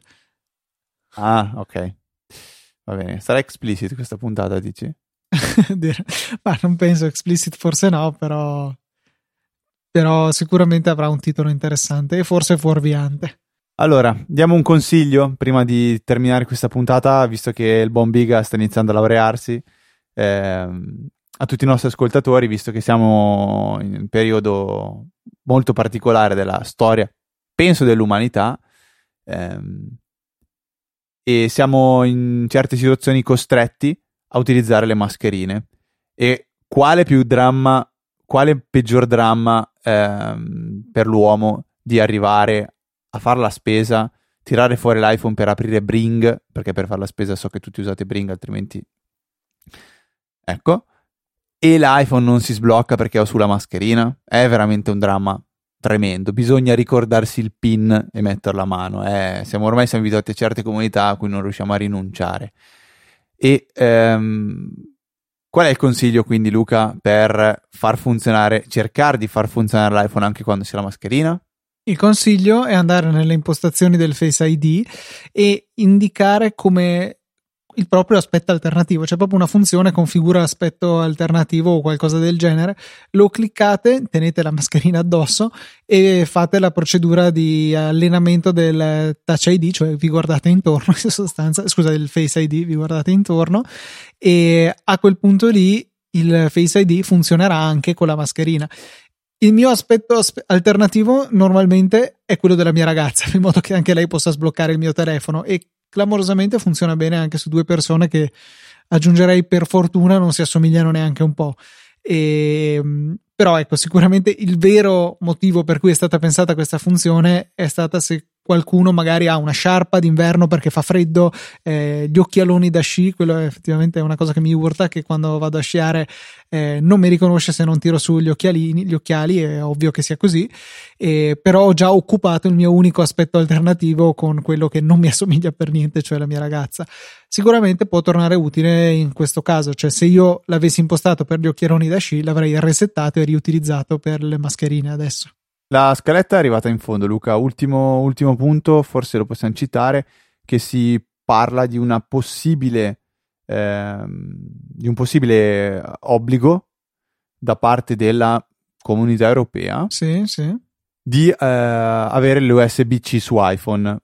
Ah, ok. Va bene. Sarà explicit questa puntata, dici? Ma non penso explicit, forse no, però... però sicuramente avrà un titolo interessante e forse fuorviante. Allora, diamo un consiglio prima di terminare questa puntata, visto che il buon Biga sta iniziando a laurearsi, ehm, a tutti i nostri ascoltatori, visto che siamo in un periodo molto particolare della storia, penso dell'umanità, ehm, e siamo in certe situazioni costretti a utilizzare le mascherine. E quale più dramma, quale peggior dramma ehm, per l'uomo di arrivare a fare la spesa, tirare fuori l'iPhone per aprire Bring, perché per fare la spesa so che tutti usate Bring, altrimenti ecco, e l'iPhone non si sblocca perché ho sulla mascherina. È veramente un dramma tremendo. Bisogna ricordarsi il PIN e metterlo a mano. Eh, siamo ormai siamo abituati a certe comunità a cui non riusciamo a rinunciare. E ehm, qual è il consiglio quindi, Luca, per far funzionare, cercare di far funzionare l'iPhone anche quando si ha la mascherina? Il consiglio è andare nelle impostazioni del Face I D e indicare come il proprio aspetto alternativo. C'è proprio una funzione configura aspetto alternativo o qualcosa del genere. Lo cliccate, tenete la mascherina addosso e fate la procedura di allenamento del Touch I D, cioè vi guardate intorno in sostanza, scusa, del Face I D, vi guardate intorno e a quel punto lì il Face I D funzionerà anche con la mascherina. Il mio aspetto aspe- alternativo normalmente è quello della mia ragazza, in modo che anche lei possa sbloccare il mio telefono, e clamorosamente funziona bene anche su due persone che, aggiungerei, per fortuna non si assomigliano neanche un po'. E, però ecco, sicuramente il vero motivo per cui è stata pensata questa funzione è stata se qualcuno magari ha una sciarpa d'inverno perché fa freddo, eh, gli occhialoni da sci, quello è effettivamente una cosa che mi urta, che quando vado a sciare eh, non mi riconosce se non tiro su gli occhialini, gli occhiali, è ovvio che sia così, eh, però ho già occupato il mio unico aspetto alternativo con quello che non mi assomiglia per niente, cioè la mia ragazza. Sicuramente può tornare utile in questo caso, cioè se io l'avessi impostato per gli occhialoni da sci l'avrei resettato e riutilizzato per le mascherine adesso. La scaletta è arrivata in fondo, Luca. Ultimo, ultimo punto, forse lo possiamo citare, che si parla di una possibile ehm, di un possibile obbligo da parte della Comunità Europea sì, sì. di eh, avere l'U S B C su iPhone,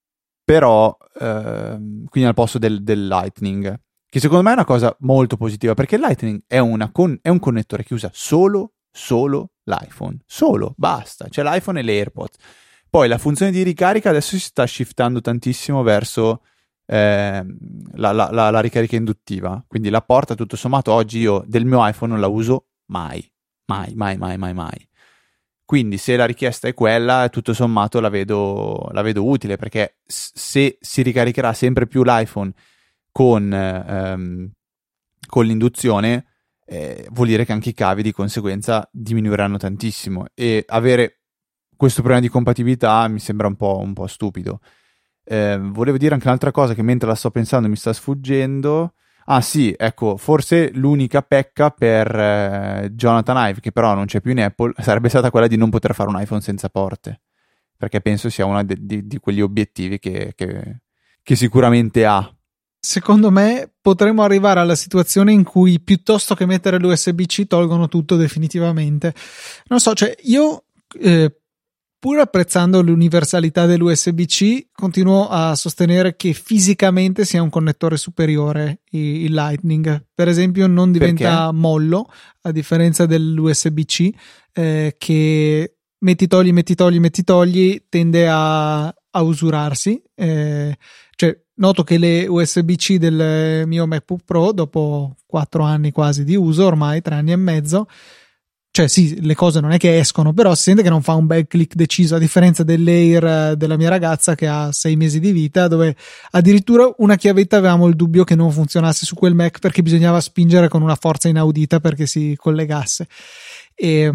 però ehm, quindi al posto del, del Lightning, che secondo me è una cosa molto positiva, perché il Lightning è, una con- è un connettore che usa solo solo l'iPhone, solo, basta, c'è l'iPhone e le AirPods. Poi la funzione di ricarica adesso si sta shiftando tantissimo verso eh, la, la, la, la ricarica induttiva, quindi la porta, tutto sommato oggi io del mio iPhone non la uso mai, mai, mai, mai, mai, mai. Quindi se la richiesta è quella, tutto sommato la vedo, la vedo utile, perché se si ricaricherà sempre più l'iPhone con, ehm, con l'induzione, Eh, vuol dire che anche i cavi di conseguenza diminuiranno tantissimo, e avere questo problema di compatibilità mi sembra un po', un po' stupido. Eh, volevo dire anche un'altra cosa che mentre la sto pensando mi sta sfuggendo. Ah sì, ecco, forse l'unica pecca per eh, Jonathan Ive, che però non c'è più in Apple, sarebbe stata quella di non poter fare un iPhone senza porte, perché penso sia uno de- di, di quegli obiettivi che, che, che sicuramente ha. Secondo me potremmo arrivare alla situazione in cui piuttosto che mettere l'U S B C tolgono tutto definitivamente. Non so, cioè io eh, pur apprezzando l'universalità dell'U S B C continuo a sostenere che fisicamente sia un connettore superiore il Lightning. Per esempio non diventa Perché? mollo, a differenza dell'U S B C eh, che metti togli metti togli metti togli tende a, a usurarsi, eh, cioè noto che le U S B C del mio MacBook Pro, dopo quattro anni quasi di uso, ormai tre anni e mezzo, cioè sì, le cose non è che escono, però si sente che non fa un bel click deciso, a differenza dell'Air della mia ragazza che ha sei mesi di vita, dove addirittura una chiavetta avevamo il dubbio che non funzionasse su quel Mac perché bisognava spingere con una forza inaudita perché si collegasse. E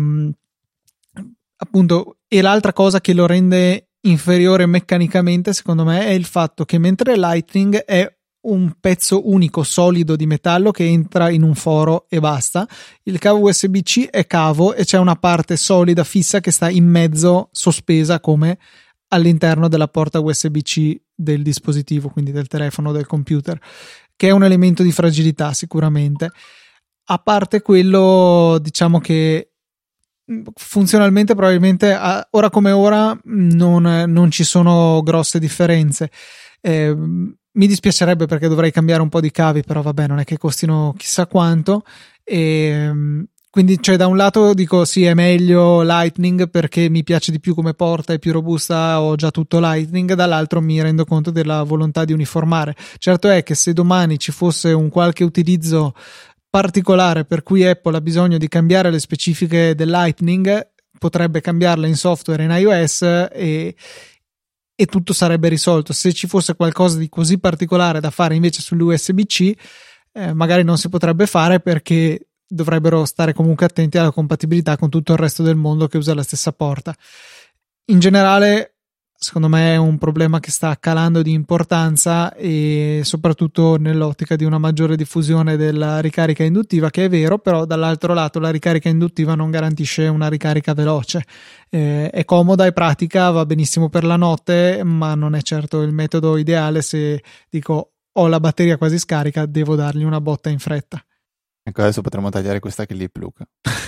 appunto, e l'altra cosa che lo rende inferiore meccanicamente secondo me è il fatto che mentre Lightning è un pezzo unico solido di metallo che entra in un foro e basta, il cavo U S B C è cavo e c'è una parte solida fissa che sta in mezzo, sospesa come all'interno della porta U S B C del dispositivo, quindi del telefono o del computer, che è un elemento di fragilità sicuramente. A parte quello, diciamo che funzionalmente probabilmente a, ora come ora non, non ci sono grosse differenze. Eh, mi dispiacerebbe perché dovrei cambiare un po' di cavi, però vabbè, non è che costino chissà quanto, e quindi cioè da un lato dico sì, è meglio Lightning perché mi piace di più come porta, è più robusta, ho già tutto Lightning, dall'altro mi rendo conto della volontà di uniformare. Certo è che se domani ci fosse un qualche utilizzo particolare per cui Apple ha bisogno di cambiare le specifiche del Lightning, potrebbe cambiarle in software in iOS e, e tutto sarebbe risolto. Se ci fosse qualcosa di così particolare da fare invece sull'U S B C, eh, magari non si potrebbe fare perché dovrebbero stare comunque attenti alla compatibilità con tutto il resto del mondo che usa la stessa porta. In generale, secondo me è un problema che sta calando di importanza, e soprattutto nell'ottica di una maggiore diffusione della ricarica induttiva, che è vero, però dall'altro lato la ricarica induttiva non garantisce una ricarica veloce. Eh, è comoda e pratica, va benissimo per la notte, ma non è certo il metodo ideale se dico ho la batteria quasi scarica, devo dargli una botta in fretta. Ecco, adesso potremmo tagliare questa clip, Luca,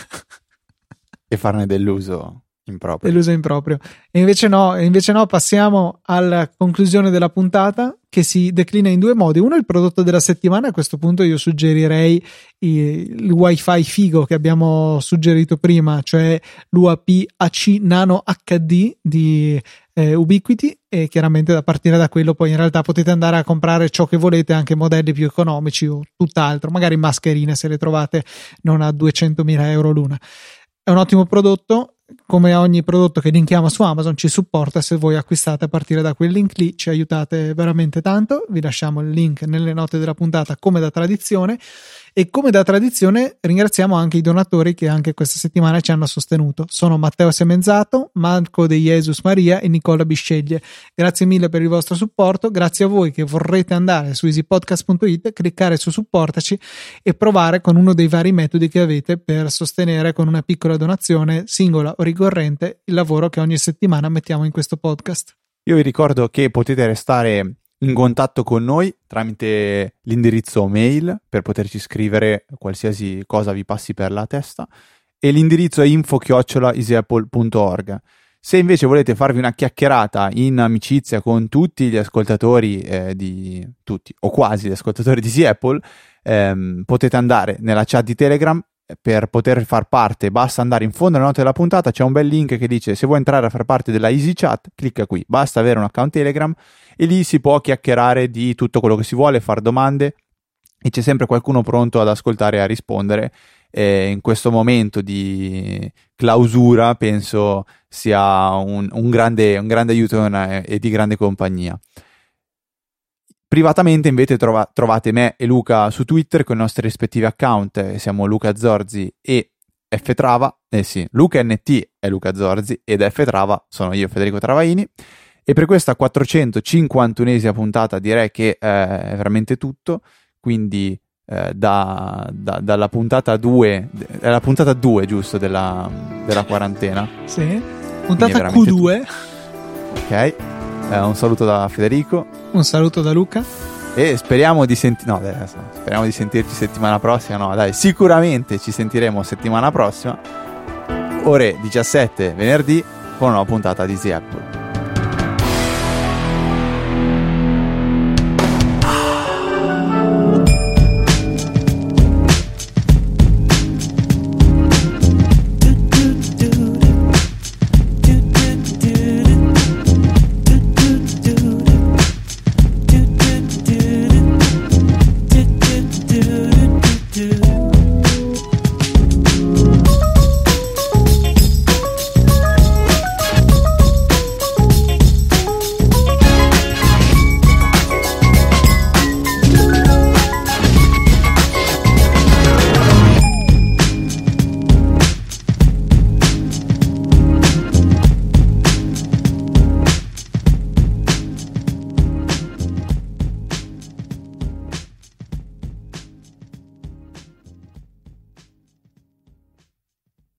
e farne dell'uso improprio. Dell'uso improprio. E invece no, invece no, passiamo alla conclusione della puntata, che si declina in due modi. Uno è il prodotto della settimana. A questo punto io suggerirei il wifi figo che abbiamo suggerito prima, cioè l'U A P A C Nano H D di eh, Ubiquiti, e chiaramente da partire da quello poi in realtà potete andare a comprare ciò che volete, anche modelli più economici o tutt'altro, magari mascherine se le trovate non a duecentomila euro l'una. È un ottimo prodotto. Come ogni prodotto che linkiamo su Amazon, ci supporta se voi acquistate a partire da quel link lì, ci aiutate veramente tanto. Vi lasciamo il link nelle note della puntata come da tradizione, e come da tradizione ringraziamo anche i donatori che anche questa settimana ci hanno sostenuto. Sono Matteo Semenzato, Marco De Jesus Maria e Nicola Bisceglie. Grazie mille per il vostro supporto, grazie a voi che vorrete andare su easypodcast punto it, cliccare su supportaci e provare con uno dei vari metodi che avete per sostenere con una piccola donazione singola o ricorrente il lavoro che ogni settimana mettiamo in questo podcast. Io vi ricordo che potete restare in contatto con noi tramite l'indirizzo mail per poterci scrivere qualsiasi cosa vi passi per la testa, e l'indirizzo è info chiocciola easyapple punto org. Se invece volete farvi una chiacchierata in amicizia con tutti gli ascoltatori eh, di tutti o quasi gli ascoltatori di Easy Apple, ehm, potete andare nella chat di Telegram. Per poter far parte basta andare in fondo alla nota della puntata, c'è un bel link che dice se vuoi entrare a far parte della Easy Chat, clicca qui, basta avere un account Telegram e lì si può chiacchierare di tutto quello che si vuole, fare domande e c'è sempre qualcuno pronto ad ascoltare e a rispondere. E in questo momento di clausura penso sia un, un, grande, un grande aiuto e, una, e di grande compagnia. Privatamente invece trova, trovate me e Luca su Twitter con i nostri rispettivi account, siamo Luca Zorzi e F Trava, eh sì, Luca N T è Luca Zorzi ed F Trava sono io, Federico Travaini, e per questa quattrocentocinquantunesima puntata direi che eh, è veramente tutto, quindi eh, da, da, dalla puntata due, è la puntata due giusto della, della quarantena? Sì, puntata Q due. Tutto. Ok. Eh, un saluto da Federico, un saluto da Luca e speriamo di senti- no, adesso, speriamo di sentirci settimana prossima. No, dai, sicuramente ci sentiremo settimana prossima, ore diciassette venerdì, con una nuova puntata di Easy Apple.